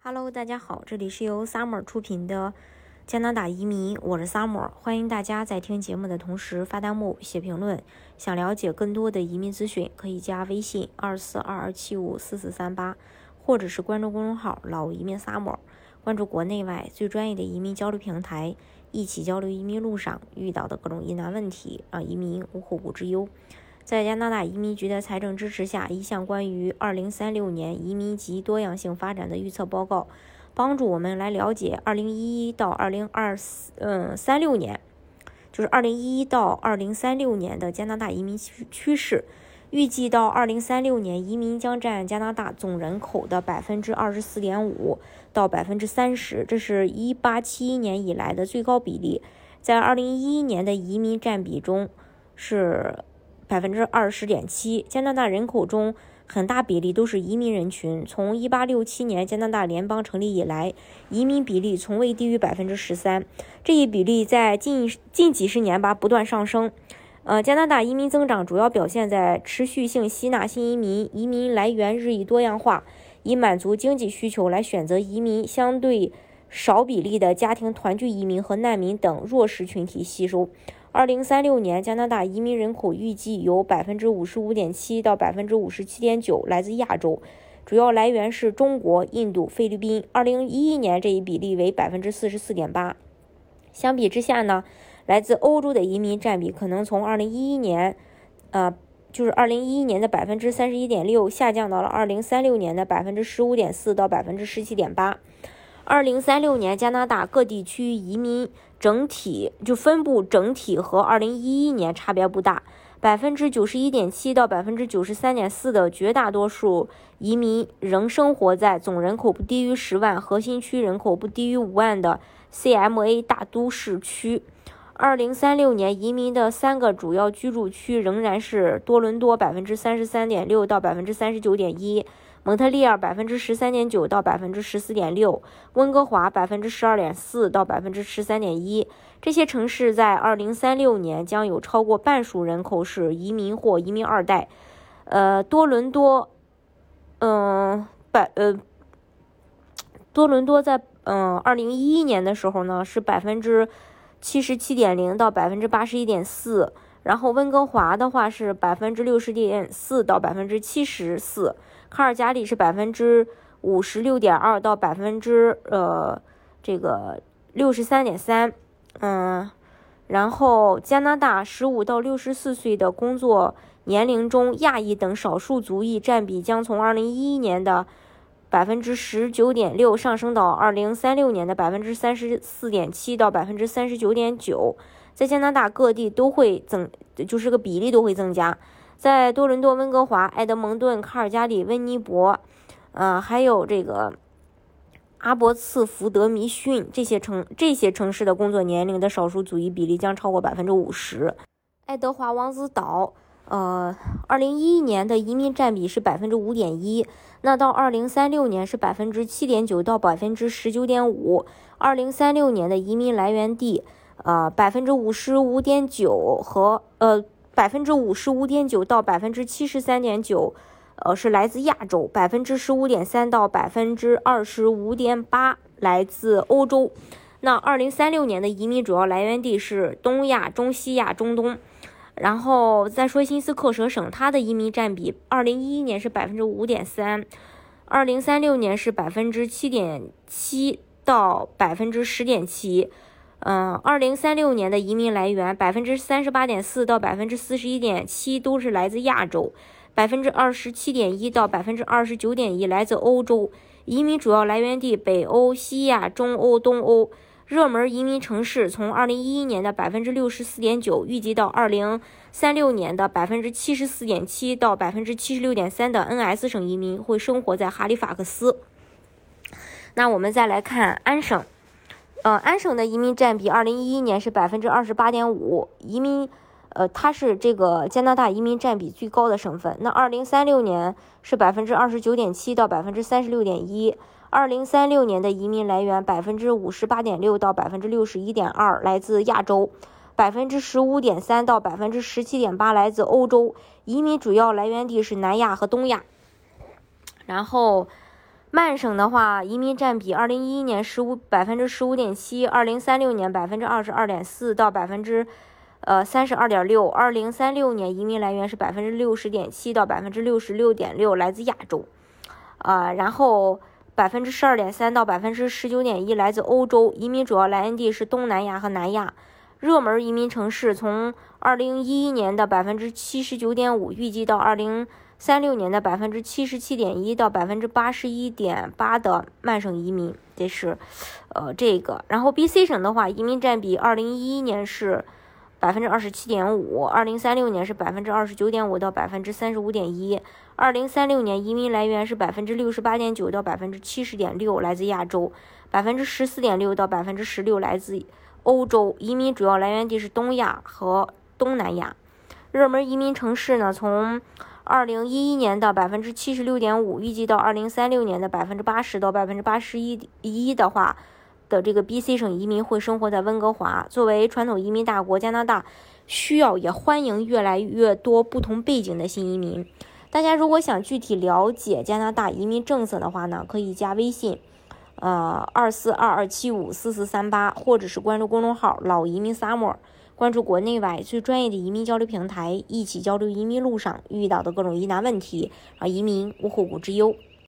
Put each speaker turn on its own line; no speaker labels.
Hello， 大家好，这里是由 Summer 出品的加拿大移民，我是 Summer， 欢迎大家在听节目的同时发弹幕、写评论。想了解更多的移民资讯，可以加微信2422754438，或者是关注公众号老移民 Summer， 关注国内外最专业的移民交流平台，一起交流移民路上遇到的各种疑难问题，让移民无后顾之忧。在加拿大移民局的财政支持下，一项关于2036年移民及多样性发展的预测报告，帮助我们来了解2011到2036年，就是2011到2036年的加拿大移民趋势。预计到2036年，移民将占加拿大总人口的24.5%到30%，这是1871年以来的最高比例。在2011年的移民占比中是20.7%，加拿大人口中很大比例都是移民人群。从1867年加拿大联邦成立以来，移民比例从未低于13%，这一比例在近几十年不断上升。加拿大移民增长主要表现在持续性吸纳新移民，移民来源日益多样化，以满足经济需求来选择移民，相对少比例的家庭团聚移民和难民等弱势群体吸收。2036年，加拿大移民人口预计有 55.7% 到 57.9% 来自亚洲，主要来源是中国、印度、菲律宾。2011年这一比例为 44.8%。相比之下呢，来自欧洲的移民占比可能从2011年的 31.6% 下降到了2036年的 15.4% 到 17.8%。2036年加拿大各地区移民整体分布整体和2011年差别不大， 91.7% 到 93.4% 的绝大多数移民仍生活在总人口不低于10万、核心区人口不低于5万的 CMA 大都市区。2036年移民的3个主要居住区仍然是多伦多 33.6% 到 39.1%，蒙特利尔 13.9% 到 14.6%， 温哥华 12.4% 到 13.1%。这些城市在2036年将有超过半数人口是移民或移民二代。多伦多在2011年的时候呢是 77.0% 到 81.4%， 然后温哥华的话是 60.4% 到 74%，卡尔加里是 56.2% 到63.3%。然后加拿大15到64岁的工作年龄中，亚裔等少数族裔占比将从2011年的 19.6% 上升到2036年的 34.7% 到 39.9%。在加拿大各地都会就是个比例都会增加。在多伦多、温哥华、埃德蒙顿、卡尔加里、温尼伯，还有这个阿伯茨福德弥逊这些城市的工作年龄的少数族裔比例将超过 50%。爱德华王子岛2011年的移民占比是 5.1%， 那到2036年是 7.9% 到 19.5%。2036年的移民来源地55.9% 和55.9% 到 73.9% 是来自亚洲， 15.3% 到 25.8% 来自欧洲。那2036年的移民主要来源地是东亚、中西亚、中东。然后再说新斯克舍省，它的移民占比2011年是 5.3%， 2036年是 7.7% 到 10.7%。2036年的移民来源 38.4% 到 41.7% 都是来自亚洲， 27.1% 到 29.1% 来自欧洲。移民主要来源地北欧、西亚、中欧、东欧。热门移民城市从2011年的 64.9% 预计到2036年的 74.7% 到 76.3% 的 NS 省移民会生活在哈利法克斯。那我们再来看安省。安省的移民占比2011年是 28.5%， 移民它是这个加拿大移民占比最高的省份。那2036年是 29.7% 到 36.1%。2036年的移民来源 58.6% 到 61.2% 来自亚洲， 15.3% 到 17.8% 来自欧洲。移民主要来源地是南亚和东亚。然后曼省的话，移民占比2011年15.7%，2036年22.4%到32.6%，2036年移民来源是60.7%到66.6%来自亚洲，然后12.3%到19.1%来自欧洲，移民主要来源地是东南亚和南亚。热门移民城市从2011年的79.5%预计到2036年的77.1%到81.8%的曼省移民，这是这个。然后 BC 省的话，移民占比2011年是27.5%，2036年是29.5%到35.1%，2036年移民来源是68.9%到70.6%来自亚洲，14.6%到16%来自欧洲，移民主要来源地是东亚和东南亚。热门移民城市呢，从2011年的76.5%预计到2036年的80%到81%的话的这个 BC 省移民会生活在温哥华。作为传统移民大国，加拿大需要也欢迎越来越多不同背景的新移民。大家如果想具体了解加拿大移民政策的话呢，可以加微信2422754438，或者是关注公众号老移民 Summer， 关注国内外最专业的移民交流平台，一起交流移民路上遇到的各种疑难问题，让移民无后顾之忧。